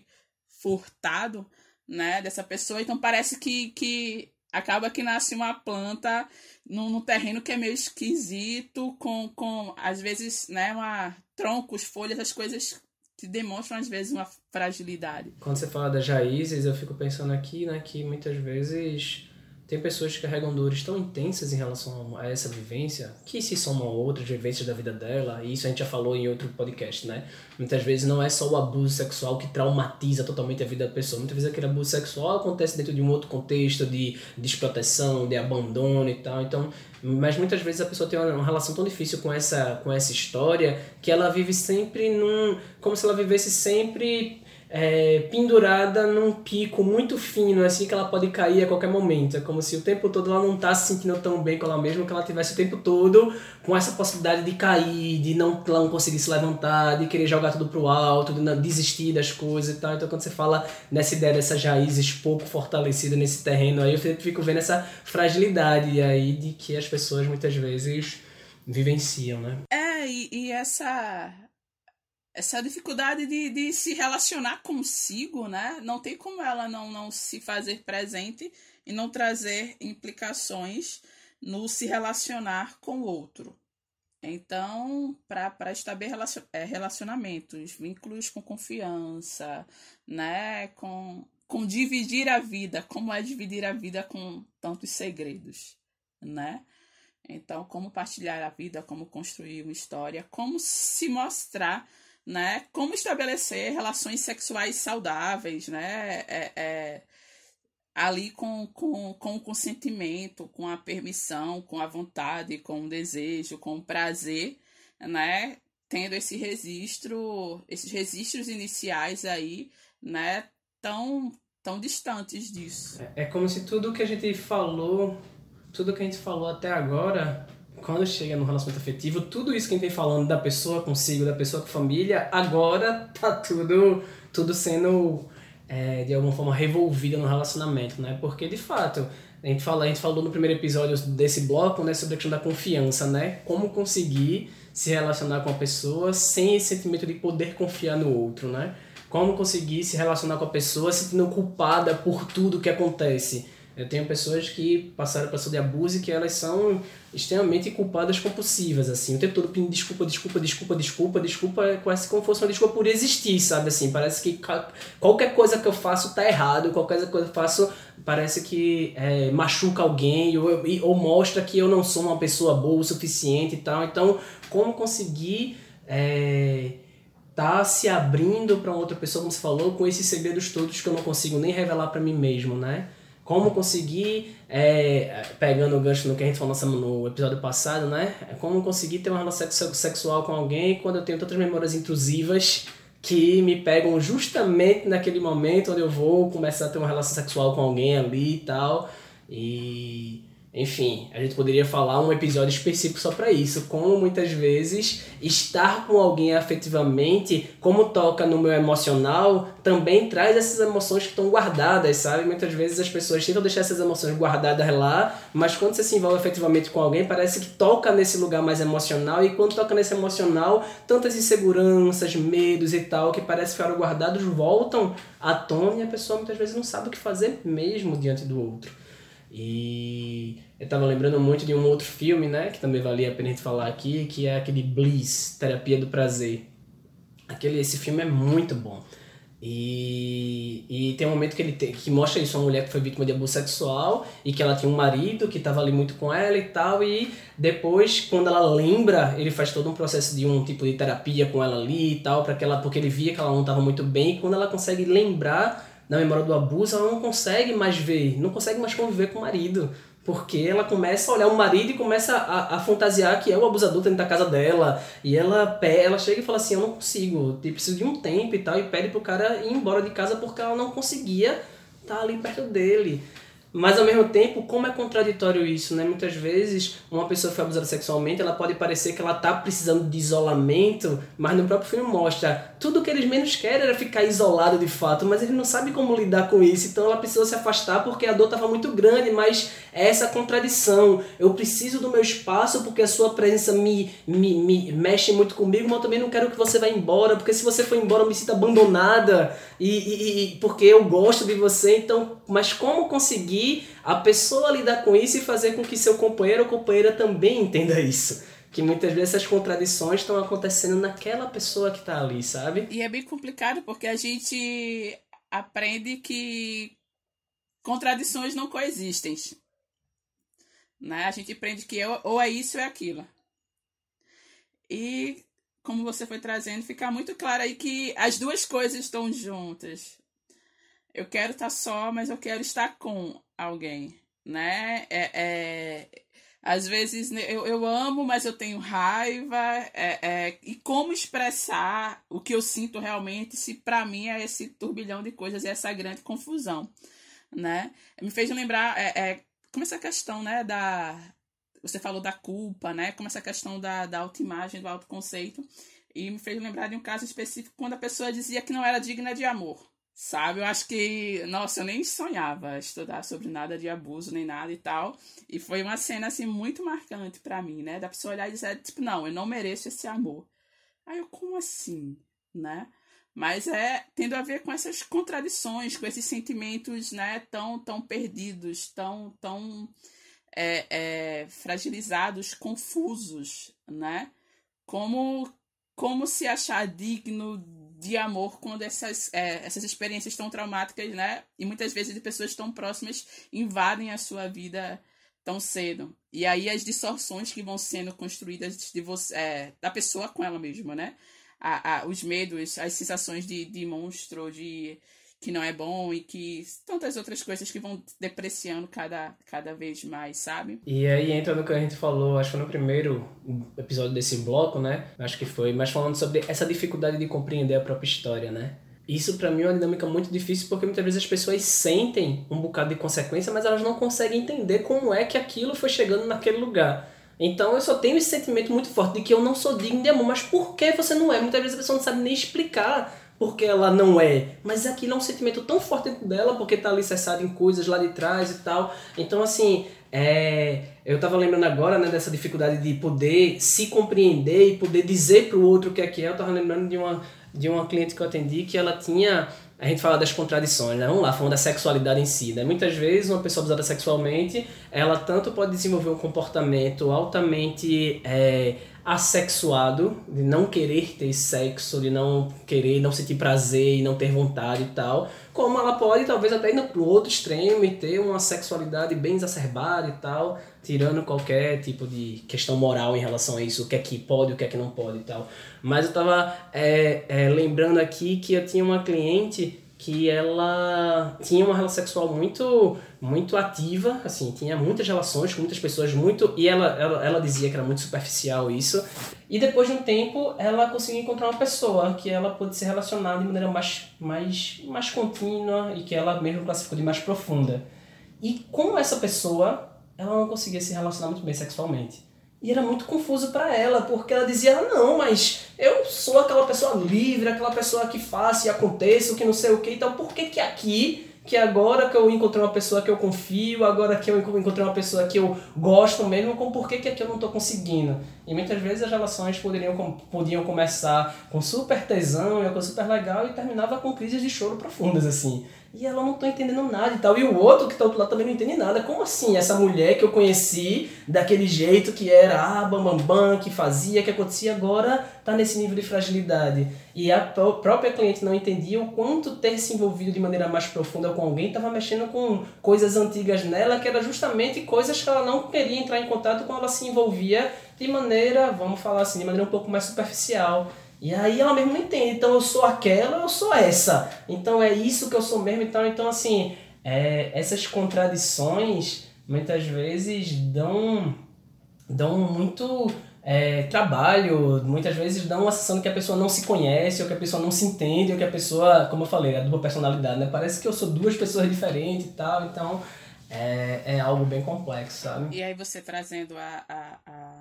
[SPEAKER 2] furtado, né, dessa pessoa, então parece que, que acaba que nasce uma planta num, num terreno que é meio esquisito, com, com às vezes, né, uma, troncos, folhas, as coisas que demonstram, às vezes, uma fragilidade.
[SPEAKER 1] Quando você fala das raízes, eu fico pensando aqui, né, que muitas vezes tem pessoas que carregam dores tão intensas em relação a essa vivência, que se somam a outras vivências da vida dela, e isso a gente já falou em outro podcast, né? Muitas vezes não é só o abuso sexual que traumatiza totalmente a vida da pessoa, muitas vezes aquele abuso sexual acontece dentro de um outro contexto de desproteção, de abandono e tal, então... Mas muitas vezes a pessoa tem uma relação tão difícil com essa, com essa história que ela vive sempre num... como se ela vivesse sempre... É, pendurada num pico muito fino, assim, que ela pode cair a qualquer momento. É como se o tempo todo ela não tá se sentindo tão bem com ela mesma, que ela tivesse o tempo todo com essa possibilidade de cair, de não, não conseguir se levantar, de querer jogar tudo pro alto, de não desistir das coisas e tal. Então quando você fala nessa ideia dessas raízes pouco fortalecidas nesse terreno, aí eu fico vendo essa fragilidade aí de que as pessoas muitas vezes vivenciam, né?
[SPEAKER 2] É, e, e essa... essa dificuldade de, de se relacionar consigo, né? Não tem como ela não, não se fazer presente e não trazer implicações no se relacionar com o outro. Então, para estabelecer relacionamentos, vínculos com confiança, né? Com, com dividir a vida, como é dividir a vida com tantos segredos, né? Então, como partilhar a vida, como construir uma história, como se mostrar, né? Como estabelecer relações sexuais saudáveis, né? É, é, ali com, com, com o consentimento, com a permissão, com a vontade, com o desejo, com o prazer, né? Tendo esse registro, esses registros iniciais aí, né? Tão, tão distantes disso.
[SPEAKER 1] É, é como se tudo que a gente falou, tudo que a gente falou até agora... Quando chega no relacionamento afetivo, tudo isso que a gente vem falando da pessoa consigo, da pessoa com a família, agora tá tudo, tudo sendo, é, de alguma forma, revolvido no relacionamento, né? Porque, de fato, a gente, fala, a gente falou no primeiro episódio desse bloco, né, sobre a questão da confiança, né? Como conseguir se relacionar com a pessoa sem esse sentimento de poder confiar no outro, né? Como conseguir se relacionar com a pessoa se sentindo culpada por tudo que acontece. Eu tenho pessoas que passaram por de abuso e que elas são extremamente culpadas compulsivas, assim, o tempo todo pedindo desculpa, desculpa, desculpa, desculpa, desculpa, é quase como fosse uma desculpa por existir, sabe, assim, parece que qualquer coisa que eu faço tá errado, qualquer coisa que eu faço parece que é, machuca alguém, ou, ou mostra que eu não sou uma pessoa boa o suficiente e tal, então, como conseguir... É, tá se abrindo para outra pessoa, como você falou, com esses segredos todos que eu não consigo nem revelar para mim mesmo, né? Como conseguir, é, pegando o gancho no que a gente falou no episódio passado, né? Como conseguir ter uma relação sexual com alguém quando eu tenho tantas memórias intrusivas que me pegam justamente naquele momento onde eu vou começar a ter uma relação sexual com alguém ali e tal. E... Enfim, a gente poderia falar um episódio específico só para isso, como muitas vezes estar com alguém afetivamente, como toca no meu emocional, também traz essas emoções que estão guardadas, sabe? Muitas vezes as pessoas tentam deixar essas emoções guardadas lá, mas quando você se envolve afetivamente com alguém, parece que toca nesse lugar mais emocional, e quando toca nesse emocional, tantas inseguranças, medos e tal, que parece que ficaram guardados, voltam à tona e a pessoa muitas vezes não sabe o que fazer mesmo diante do outro. E eu tava lembrando muito de um outro filme, né, que também valia a pena a gente falar aqui, que é aquele Bliss, Terapia do Prazer. Aquele, esse filme é muito bom. E, e tem um momento que ele tem, que mostra isso, uma mulher que foi vítima de abuso sexual e que ela tinha um marido que estava ali muito com ela e tal, e depois, quando ela lembra, ele faz todo um processo de um tipo de terapia com ela ali e tal, para que ela, porque ele via que ela não estava muito bem, e quando ela consegue lembrar na memória do abuso, ela não consegue mais ver, não consegue mais conviver com o marido, porque ela começa a olhar o marido e começa a, a fantasiar que é o abusador dentro da casa dela, e ela, ela chega e fala assim, eu não consigo, eu preciso de um tempo e tal, e pede pro cara ir embora de casa porque ela não conseguia estar ali perto dele. Mas ao mesmo tempo, como é contraditório isso, né? Muitas vezes, uma pessoa que foi abusada sexualmente, ela pode parecer que ela tá precisando de isolamento, mas no próprio filme mostra, tudo que eles menos querem era ficar isolado de fato, mas ele não sabe como lidar com isso, então ela precisa se afastar porque a dor estava muito grande, mas é essa contradição, eu preciso do meu espaço porque a sua presença me, me, me mexe muito comigo, mas eu também não quero que você vá embora, porque se você for embora eu me sinto abandonada, e, e, e porque eu gosto de você, então, mas como conseguir a pessoa lidar com isso e fazer com que seu companheiro ou companheira também entenda isso. Que muitas vezes essas contradições estão acontecendo naquela pessoa que está ali, sabe?
[SPEAKER 2] E é bem complicado porque a gente aprende que contradições não coexistem. Né? A gente aprende que ou é isso ou é aquilo. E, como você foi trazendo, fica muito claro aí que as duas coisas estão juntas. Eu quero estar só, mas eu quero estar com alguém, né? É, é, às vezes eu, eu amo, mas eu tenho raiva. É, é, e como expressar o que eu sinto realmente se para mim é esse turbilhão de coisas e essa grande confusão, né? Me fez lembrar é, é, como essa questão, né, da... Você falou da culpa, né? Como essa questão da, da autoimagem, do autoconceito. E me fez lembrar de um caso específico quando a pessoa dizia que não era digna de amor. Sabe, eu acho que, nossa, eu nem sonhava estudar sobre nada de abuso, nem nada e tal, e foi uma cena, assim, muito marcante pra mim, né, da pessoa olhar e dizer, tipo, não, eu não mereço esse amor. Aí eu, como assim, né, mas é tendo a ver com essas contradições, com esses sentimentos, né, tão, tão perdidos, tão, tão é, é, fragilizados, confusos, né, como, como se achar digno de amor quando essas, é, essas experiências tão traumáticas, né? E muitas vezes de pessoas tão próximas invadem a sua vida tão cedo. E aí as distorções que vão sendo construídas de você, é, da pessoa com ela mesma, né? A, a, os medos, as sensações de, de monstro, de que não é bom e que tantas outras coisas que vão depreciando cada, cada vez mais, sabe?
[SPEAKER 1] E aí entra no que a gente falou, acho que foi no primeiro episódio desse bloco, né? Acho que foi, mas falando sobre essa dificuldade de compreender a própria história, né? Isso pra mim é uma dinâmica muito difícil porque muitas vezes as pessoas sentem um bocado de consequência, mas elas não conseguem entender como é que aquilo foi chegando naquele lugar. Então eu só tenho esse sentimento muito forte de que eu não sou digno de amor, mas por que você não é? Muitas vezes a pessoa não sabe nem explicar porque ela não é, mas aquilo é um sentimento tão forte dentro dela, porque tá alicerçado em coisas lá de trás e tal. Então, assim, é... eu tava lembrando agora, né, dessa dificuldade de poder se compreender e poder dizer pro outro o que é que é. Eu tava lembrando de uma, de uma cliente que eu atendi que ela tinha a gente fala das contradições, né? Vamos lá, falando da sexualidade em si, né? Muitas vezes uma pessoa abusada sexualmente, ela tanto pode desenvolver um comportamento altamente é, assexuado, de não querer ter sexo, de não querer, não sentir prazer e não ter vontade e tal, como ela pode talvez até ir no outro extremo e ter uma sexualidade bem exacerbada e tal, tirando qualquer tipo de questão moral em relação a isso, o que é que pode, o que é que não pode e tal. Mas eu tava é, é, lembrando aqui que eu tinha uma cliente que ela tinha uma relação sexual muito, muito ativa, assim, tinha muitas relações com muitas pessoas, muito, e ela, ela, ela dizia que era muito superficial isso, e depois de um tempo ela conseguiu encontrar uma pessoa que ela pôde se relacionar de maneira mais, mais, mais contínua e que ela mesmo classificou de mais profunda. E com essa pessoa, ela não conseguia se relacionar muito bem sexualmente. E era muito confuso para ela, porque ela dizia, não, mas eu sou aquela pessoa livre, aquela pessoa que faça e aconteça, o que não sei o que, então por que que aqui, que agora que eu encontrei uma pessoa que eu confio, agora que eu encontrei uma pessoa que eu gosto mesmo, por que que aqui eu não estou conseguindo? E muitas vezes as relações poderiam, podiam começar com super tesão, uma coisa super legal, e terminava com crises de choro profundas, assim. E ela não tá entendendo nada e tal. E o outro que tá do outro lado também não entende nada. Como assim? Essa mulher que eu conheci daquele jeito que era ah, bam, bam, bam, que fazia, que acontecia, agora tá nesse nível de fragilidade. E a própria cliente não entendia o quanto ter se envolvido de maneira mais profunda com alguém estava mexendo com coisas antigas nela, que era justamente coisas que ela não queria entrar em contato quando ela se envolvia de maneira, vamos falar assim, de maneira um pouco mais superficial. E aí ela mesmo não entende, então eu sou aquela, eu sou essa, então é isso que eu sou mesmo, então, então assim, é, essas contradições muitas vezes dão, dão muito é, trabalho, muitas vezes dão a sensação de que a pessoa não se conhece, ou que a pessoa não se entende, ou que a pessoa, como eu falei, a dupla personalidade, né? Parece que eu sou duas pessoas diferentes e tal, então é, é algo bem complexo, sabe?
[SPEAKER 2] E aí você trazendo a... a, a...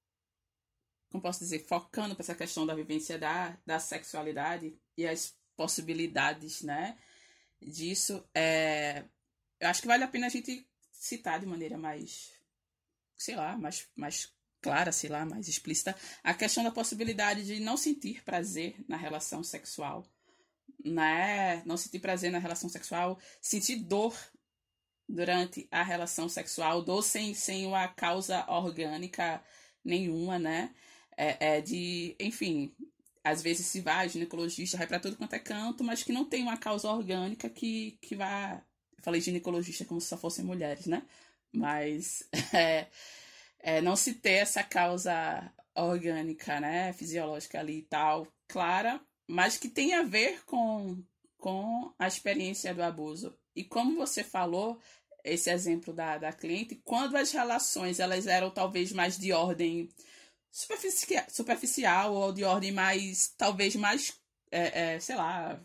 [SPEAKER 2] como posso dizer, focando para essa questão da vivência da, da sexualidade e as possibilidades, né, disso, é, eu acho que vale a pena a gente citar de maneira mais, sei lá, mais, mais clara, sei lá, mais explícita, a questão da possibilidade de não sentir prazer na relação sexual, né, não sentir prazer na relação sexual, sentir dor durante a relação sexual, dor sem, sem uma causa orgânica nenhuma, né, É, é de, enfim, às vezes se vai, ginecologista, vai para tudo quanto é canto, mas que não tem uma causa orgânica que, que vá... Eu falei ginecologista como se só fossem mulheres, né? Mas é, é, não se ter essa causa orgânica, né? Fisiológica ali e tal, clara, mas que tem a ver com, com a experiência do abuso. E como você falou, esse exemplo da, da cliente, quando as relações elas eram talvez mais de ordem superficial, superficial ou de ordem mais, talvez mais, é, é, sei lá,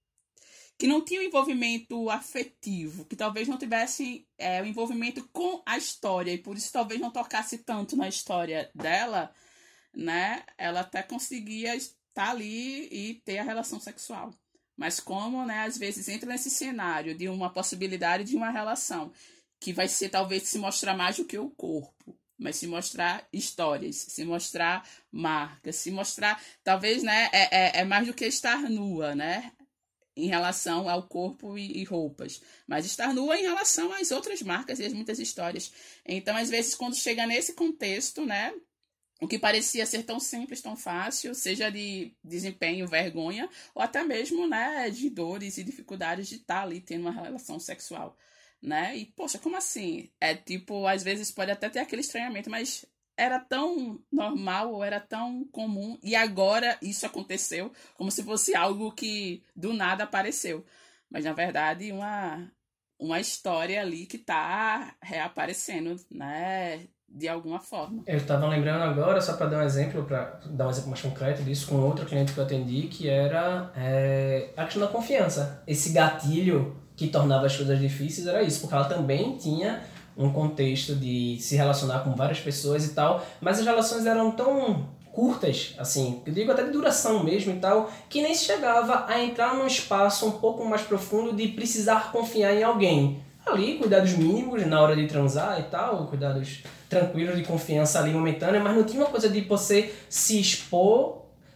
[SPEAKER 2] que não tinha um envolvimento afetivo, que talvez não tivesse é, um envolvimento com a história, e por isso talvez não tocasse tanto na história dela, né? Ela até conseguia estar ali e ter a relação sexual. Mas como, né, às vezes entra nesse cenário de uma possibilidade de uma relação, que vai ser talvez se mostrar mais do que o corpo, mas se mostrar histórias, se mostrar marcas, se mostrar, talvez, né, é, é, é mais do que estar nua, né, em relação ao corpo e, e roupas, mas estar nua em relação às outras marcas e às muitas histórias. Então, às vezes, quando chega nesse contexto, né, o que parecia ser tão simples, tão fácil, seja de desempenho, vergonha, ou até mesmo, né, de dores e dificuldades de estar ali tendo uma relação sexual, né? E, poxa, como assim? É tipo, às vezes pode até ter aquele estranhamento, mas era tão normal ou era tão comum e agora isso aconteceu como se fosse algo que do nada apareceu. Mas, na verdade, uma, uma história ali que tá reaparecendo, né? De alguma forma.
[SPEAKER 1] Eu estava lembrando agora, só para dar um exemplo, para dar um exemplo mais concreto disso, com outro cliente que eu atendi, que era é, a questão da confiança. Esse gatilho que tornava as coisas difíceis era isso, porque ela também tinha um contexto de se relacionar com várias pessoas e tal, mas as relações eram tão curtas, assim, eu digo até de duração mesmo e tal, que nem se chegava a entrar num espaço um pouco mais profundo de precisar confiar em alguém. Ali, cuidados mínimos na hora de transar e tal, cuidados tranquilos de confiança ali momentânea, mas não tinha uma coisa de você se expor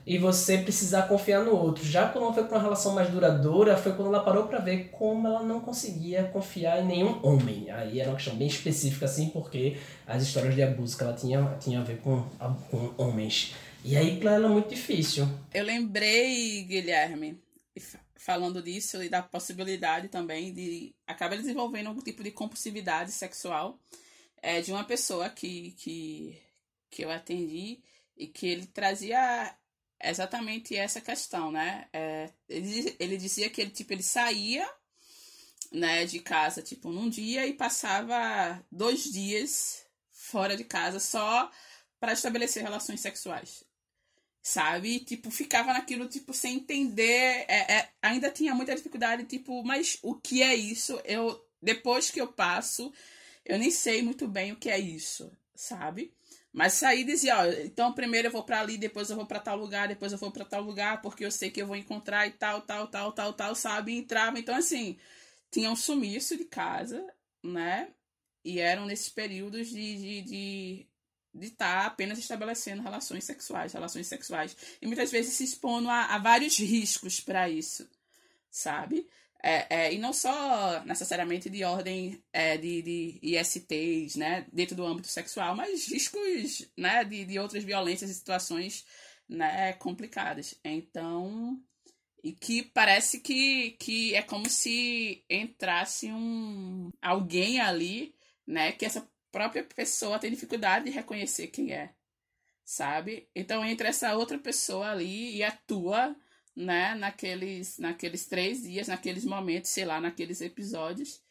[SPEAKER 1] e você precisar confiar no outro. Já quando ela foi para uma relação mais duradoura, foi quando ela parou para ver como ela não conseguia confiar em nenhum homem. Aí era uma questão bem específica, assim, porque as histórias de abuso que ela tinha, tinha a ver com, com homens. E aí para ela é muito difícil.
[SPEAKER 2] Eu lembrei, Guilherme, falando disso e da possibilidade também de acabar desenvolvendo algum tipo de compulsividade sexual é, de uma pessoa que, que, que eu atendi e que ele trazia exatamente essa questão, né? É, ele, ele dizia que ele, tipo, ele saía, né, de casa, tipo, num dia e passava dois dias fora de casa só para estabelecer relações sexuais, sabe? Tipo, ficava naquilo, tipo, sem entender, é, é, ainda tinha muita dificuldade, tipo, mas o que é isso? Eu, depois que eu passo, eu nem sei muito bem o que é isso, sabe? Mas saí e dizia, ó, então primeiro eu vou pra ali, depois eu vou pra tal lugar, depois eu vou pra tal lugar, porque eu sei que eu vou encontrar e tal, tal, tal, tal, tal, sabe? E entrava, então assim, tinha um sumiço de casa, né? E eram nesses períodos de de de de estar apenas estabelecendo relações sexuais, relações sexuais. E muitas vezes se expondo a, a vários riscos para isso, sabe? É, é, e não só necessariamente de ordem é, de, de I S Ts, né, dentro do âmbito sexual, mas riscos, né, de, de outras violências e situações, né, complicadas. Então, e que parece que, que é como se entrasse um alguém ali, né, que essa própria pessoa tem dificuldade de reconhecer quem é, sabe? Então entra essa outra pessoa ali e atua, né, naqueles, naqueles três dias, naqueles momentos, sei lá, naqueles episódios,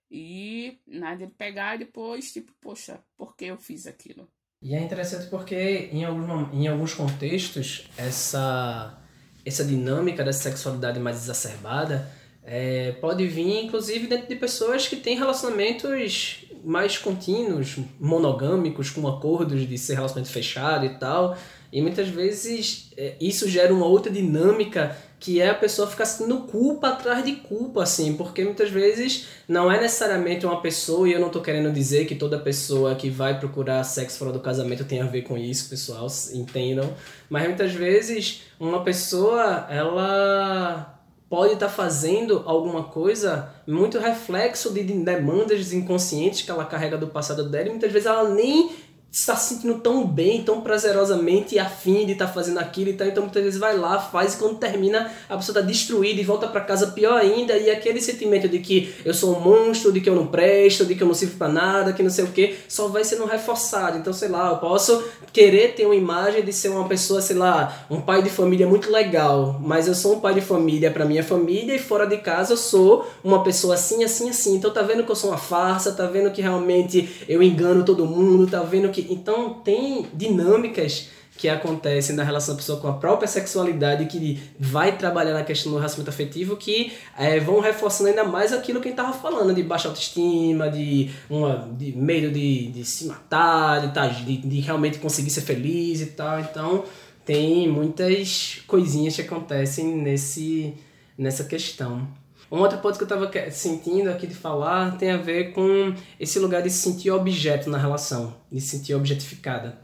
[SPEAKER 2] e nada, ele pegar e depois, tipo, poxa, por que eu fiz aquilo?
[SPEAKER 1] E é interessante porque em alguns, em alguns contextos, essa, essa dinâmica da sexualidade mais exacerbada é, pode vir, inclusive, dentro de pessoas que têm relacionamentos mais contínuos, monogâmicos, com acordos de ser relacionamento fechado e tal. E muitas vezes é, isso gera uma outra dinâmica que é a pessoa ficar sentindo culpa atrás de culpa, assim, porque muitas vezes não é necessariamente uma pessoa, e eu não tô querendo dizer que toda pessoa que vai procurar sexo fora do casamento tem a ver com isso, pessoal, entendam, mas muitas vezes uma pessoa, ela pode estar fazendo alguma coisa muito reflexo de demandas inconscientes que ela carrega do passado dela, e muitas vezes ela nem está se sentindo tão bem, tão prazerosamente afim de estar fazendo aquilo e tal, então muitas vezes vai lá, faz, e quando termina a pessoa está destruída e volta para casa pior ainda, e aquele sentimento de que eu sou um monstro, de que eu não presto, de que eu não sirvo para nada, que não sei o que, só vai sendo reforçado. Então, sei lá, eu posso querer ter uma imagem de ser uma pessoa, sei lá, um pai de família muito legal, mas eu sou um pai de família para minha família e fora de casa eu sou uma pessoa assim, assim, assim. Então tá vendo que eu sou uma farsa, tá vendo que realmente eu engano todo mundo, tá vendo que... Então tem dinâmicas que acontecem na relação da pessoa com a própria sexualidade que vai trabalhar na questão do relacionamento afetivo que é, vão reforçando ainda mais aquilo que a gente estava falando, de baixa autoestima, de, uma, de medo de, de se matar, de, tá, de, de realmente conseguir ser feliz e tal. Então tem muitas coisinhas que acontecem nesse, nessa questão. Um outro ponto que eu estava sentindo aqui de falar tem a ver com esse lugar de se sentir objeto na relação, de se sentir objetificada.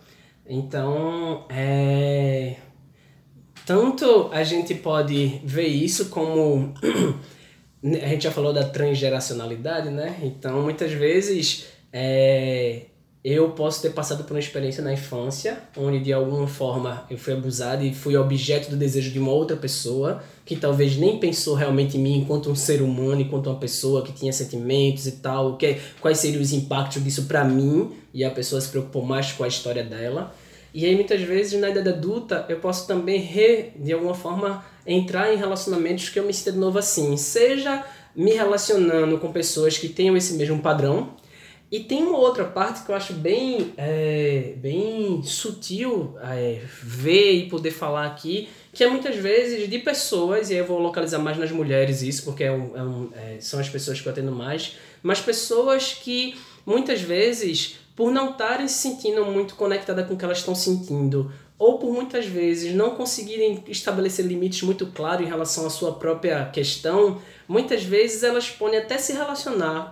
[SPEAKER 1] Então, é... tanto a gente pode ver isso como... a gente já falou da transgeracionalidade, né? Então, muitas vezes, é... eu posso ter passado por uma experiência na infância, onde de alguma forma eu fui abusado e fui objeto do desejo de uma outra pessoa, que talvez nem pensou realmente em mim enquanto um ser humano, enquanto uma pessoa que tinha sentimentos e tal, que, quais seriam os impactos disso pra mim, e a pessoa se preocupou mais com a história dela. E aí muitas vezes na idade adulta eu posso também, re, de alguma forma, entrar em relacionamentos que eu me sinta de novo assim, seja me relacionando com pessoas que tenham esse mesmo padrão. E tem uma outra parte que eu acho bem, é, bem sutil é, ver e poder falar aqui, que é muitas vezes de pessoas, e aí eu vou localizar mais nas mulheres isso, porque é um, é um, é, são as pessoas que eu atendo mais, mas pessoas que muitas vezes, por não estarem se sentindo muito conectadas com o que elas estão sentindo, ou por muitas vezes não conseguirem estabelecer limites muito claros em relação à sua própria questão, muitas vezes elas podem até se relacionar com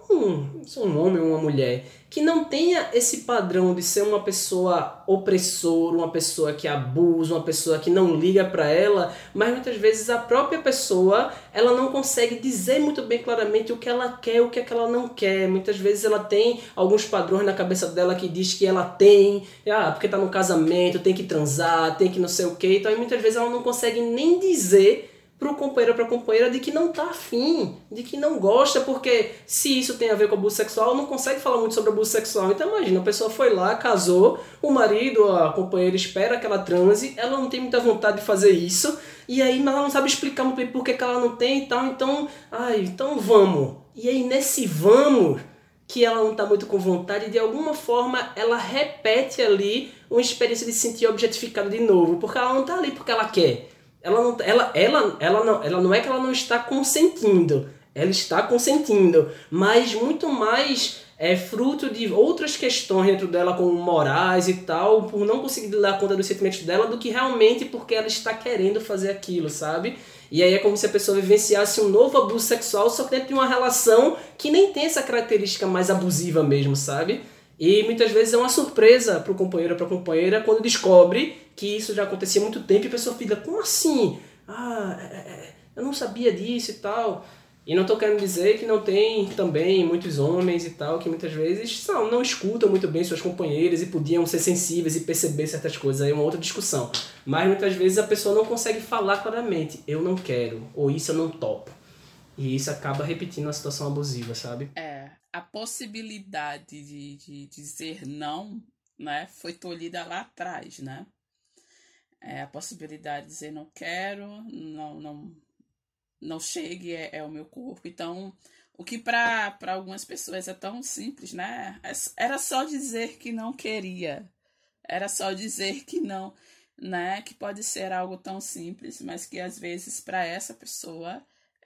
[SPEAKER 1] um, um homem ou uma mulher que não tenha esse padrão de ser uma pessoa opressora, uma pessoa que abusa, uma pessoa que não liga para ela, mas muitas vezes a própria pessoa ela não consegue dizer muito bem claramente o que ela quer, o que, é que ela não quer. Muitas vezes ela tem alguns padrões na cabeça dela que diz que ela tem, ah, porque tá no casamento, tem que transar, tem que não sei o que, então muitas vezes ela não consegue nem dizer pro companheiro ou pra companheira de que não tá afim, de que não gosta, porque se isso tem a ver com abuso sexual, não consegue falar muito sobre abuso sexual. Então imagina, a pessoa foi lá, casou, o marido, a companheira espera que ela transe, ela não tem muita vontade de fazer isso, e aí ela não sabe explicar muito bem por que ela não tem e tal, então, ai, então vamos. E aí nesse vamos, que ela não tá muito com vontade, de alguma forma ela repete ali uma experiência de se sentir objetificada de novo, porque ela não tá ali porque ela quer. Ela não, ela, ela, ela, não, ela não é que ela não está consentindo, ela está consentindo, mas muito mais é fruto de outras questões dentro dela, como morais e tal, por não conseguir dar conta dos sentimentos dela, do que realmente porque ela está querendo fazer aquilo, sabe? E aí é como se a pessoa vivenciasse um novo abuso sexual, só que dentro de uma relação que nem tem essa característica mais abusiva mesmo, sabe? E muitas vezes é uma surpresa para o companheiro ou para a companheira quando descobre que isso já acontecia há muito tempo e a pessoa fica, como assim? Ah, é, é, eu não sabia disso e tal. E não estou querendo dizer que não tem também muitos homens e tal que muitas vezes não, não escutam muito bem suas companheiras e podiam ser sensíveis e perceber certas coisas. Aí é uma outra discussão. Mas muitas vezes a pessoa não consegue falar claramente, eu não quero, ou isso eu não topo. E isso acaba repetindo a situação abusiva, sabe?
[SPEAKER 2] É, a possibilidade de, de dizer não, né, foi tolhida lá atrás, né? É, a possibilidade de dizer não quero, não, não, não chegue, é, é o meu corpo. Então, o que para algumas pessoas é tão simples, né? Era só dizer que não queria. Era só dizer que não, né? Que pode ser algo tão simples, mas que às vezes para essa pessoa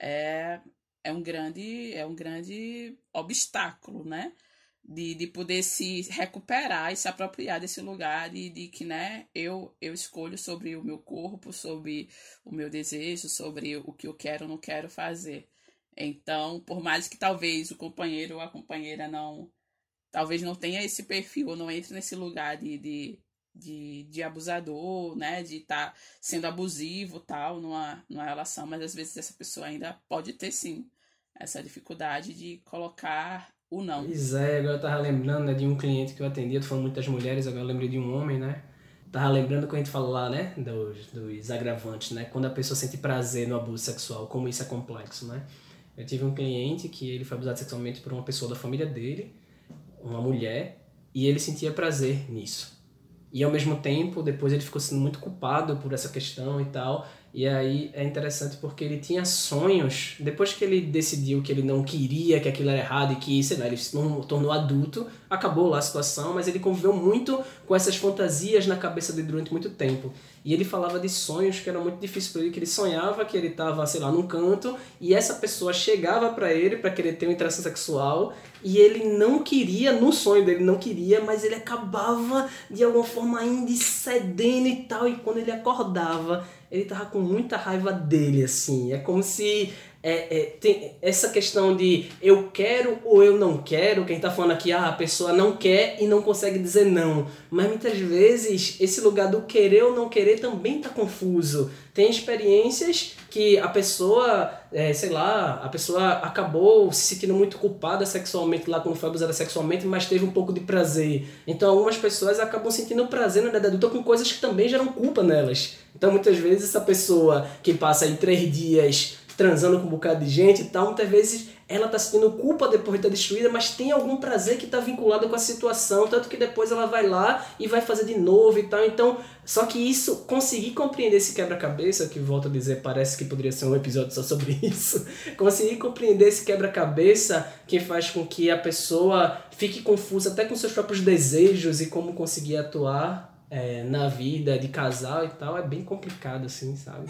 [SPEAKER 2] é, é, um grande, é um grande obstáculo, né? De, de poder se recuperar e se apropriar desse lugar de, de que, né, eu, eu escolho sobre o meu corpo, sobre o meu desejo, sobre o que eu quero ou não quero fazer. Então, por mais que talvez o companheiro ou a companheira não, talvez não tenha esse perfil, ou não entre nesse lugar de, de, de, de abusador, né, de estar tá sendo abusivo, tal, numa, numa relação, mas às vezes essa pessoa ainda pode ter, sim, essa dificuldade de colocar o não.
[SPEAKER 1] Pois é, agora eu tava lembrando, né, de um cliente que eu atendia, tô falando muitas mulheres, agora eu lembrei de um homem, né? Tava lembrando quando a gente falou lá, né, dos, dos agravantes, né? Quando a pessoa sente prazer no abuso sexual, como isso é complexo, né? Eu tive um cliente que ele foi abusado sexualmente por uma pessoa da família dele, uma mulher, e ele sentia prazer nisso. E ao mesmo tempo, depois ele ficou sendo muito culpado por essa questão e tal. E aí é interessante porque ele tinha sonhos, depois que ele decidiu que ele não queria, que aquilo era errado e que, sei lá, ele se tornou adulto, acabou lá a situação, mas ele conviveu muito com essas fantasias na cabeça dele durante muito tempo. E ele falava de sonhos que eram muito difíceis para ele, que ele sonhava que ele estava, sei lá, num canto, e essa pessoa chegava para ele para querer ter uma interação sexual, e ele não queria, no sonho dele não queria, mas ele acabava de alguma forma ainda cedendo e tal, e quando ele acordava, ele tava com muita raiva dele, assim. É como se é, é, tem essa questão de eu quero ou eu não quero, quem tá falando aqui, ah, a pessoa não quer e não consegue dizer não. Mas muitas vezes esse lugar do querer ou não querer também tá confuso. Tem experiências que a pessoa, é, sei lá, a pessoa acabou se sentindo muito culpada sexualmente lá quando foi abusada sexualmente, mas teve um pouco de prazer. Então algumas pessoas acabam sentindo prazer na idade adulta com coisas que também geram culpa nelas. Então muitas vezes essa pessoa que passa aí três dias transando com um bocado de gente e tal, muitas vezes ela tá sentindo culpa depois de estar destruída, mas tem algum prazer que tá vinculado com a situação, tanto que depois ela vai lá e vai fazer de novo e tal. Então, só que isso, conseguir compreender esse quebra-cabeça, que volto a dizer, parece que poderia ser um episódio só sobre isso, conseguir compreender esse quebra-cabeça que faz com que a pessoa fique confusa até com seus próprios desejos e como conseguir atuar é, na vida de casal e tal, é bem complicado assim, sabe?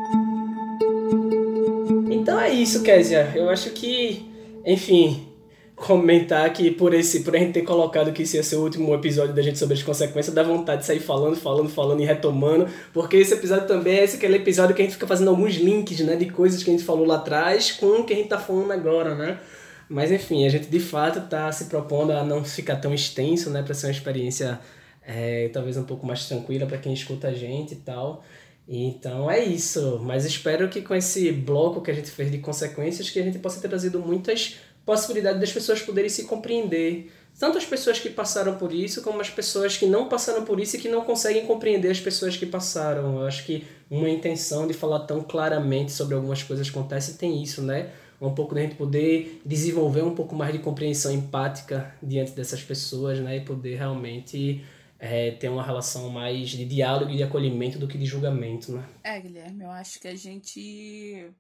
[SPEAKER 1] Então é isso, Kézia. Eu acho que, enfim, comentar que por, esse, por a gente ter colocado que esse ia ser o último episódio da gente sobre as consequências, dá vontade de sair falando, falando, falando e retomando, porque esse episódio também é esse aquele episódio que a gente fica fazendo alguns links, né, de coisas que a gente falou lá atrás com o que a gente tá falando agora, né? Mas enfim, a gente de fato tá se propondo a não ficar tão extenso, né, para ser uma experiência é, talvez um pouco mais tranquila para quem escuta a gente e tal. Então é isso, mas espero que com esse bloco que a gente fez de consequências, que a gente possa ter trazido muitas possibilidade das pessoas poderem se compreender. Tanto as pessoas que passaram por isso, como as pessoas que não passaram por isso e que não conseguem compreender as pessoas que passaram. Eu acho que uma intenção de falar tão claramente sobre algumas coisas que acontecem tem isso, né? Um pouco da gente poder desenvolver um pouco mais de compreensão empática diante dessas pessoas, né? E poder realmente é, ter uma relação mais de diálogo e de acolhimento do que de julgamento, né?
[SPEAKER 2] É, Guilherme, eu acho que a gente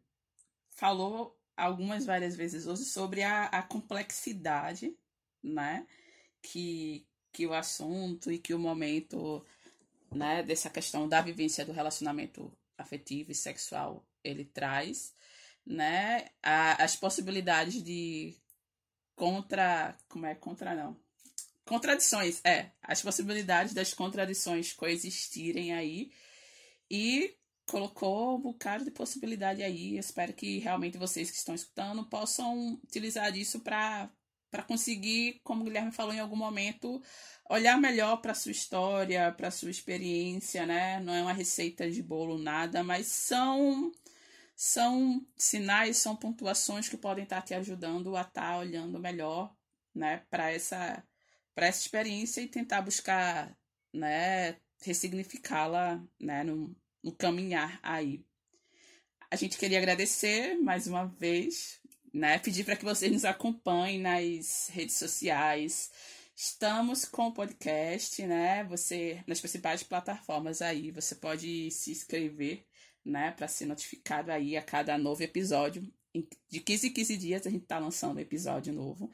[SPEAKER 2] falou algumas várias vezes hoje sobre a, a complexidade, né, que, que o assunto e que o momento, né, dessa questão da vivência do relacionamento afetivo e sexual ele traz, né, a, as possibilidades de contra, como é, contra não, contradições, é, as possibilidades das contradições coexistirem aí e colocou um bocado de possibilidade aí. Eu espero que realmente vocês que estão escutando possam utilizar isso para para conseguir, como o Guilherme falou em algum momento, olhar melhor para a sua história, para a sua experiência, né? Não é uma receita de bolo, nada, mas são, são sinais, são pontuações que podem estar te ajudando a estar olhando melhor, né? Para essa, para essa experiência e tentar buscar, né? Ressignificá-la, né? No, no caminhar aí. A gente queria agradecer mais uma vez, né? Pedir para que vocês nos acompanhem nas redes sociais. Estamos com o podcast, né? Você, nas principais plataformas aí, você pode se inscrever, né? Para ser notificado aí a cada novo episódio. De quinze em quinze dias a gente tá lançando um episódio novo.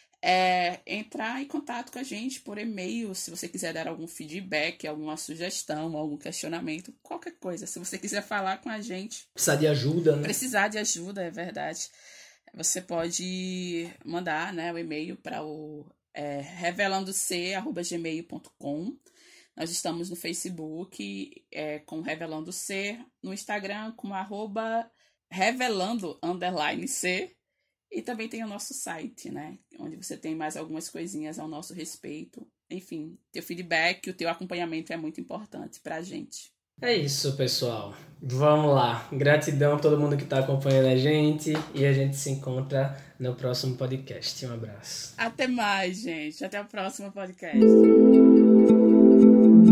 [SPEAKER 2] É, entrar em contato com a gente por e-mail, se você quiser dar algum feedback, alguma sugestão, algum questionamento, qualquer coisa. Se você quiser falar com a gente...
[SPEAKER 1] Precisar de ajuda, né?
[SPEAKER 2] Precisar de ajuda, é verdade. Você pode mandar, né, o e-mail para o é, revelando c arroba gmail ponto com. Nós estamos no Facebook é, com Revelando C, no Instagram com arroba revelando underline C. E também tem o nosso site, né? Onde você tem mais algumas coisinhas ao nosso respeito. Enfim, teu feedback, o teu acompanhamento é muito importante pra gente.
[SPEAKER 1] É isso, pessoal. Vamos lá. Gratidão a todo mundo que está acompanhando a gente. E a gente se encontra no próximo podcast. Um abraço.
[SPEAKER 2] Até mais, gente. Até o próximo podcast.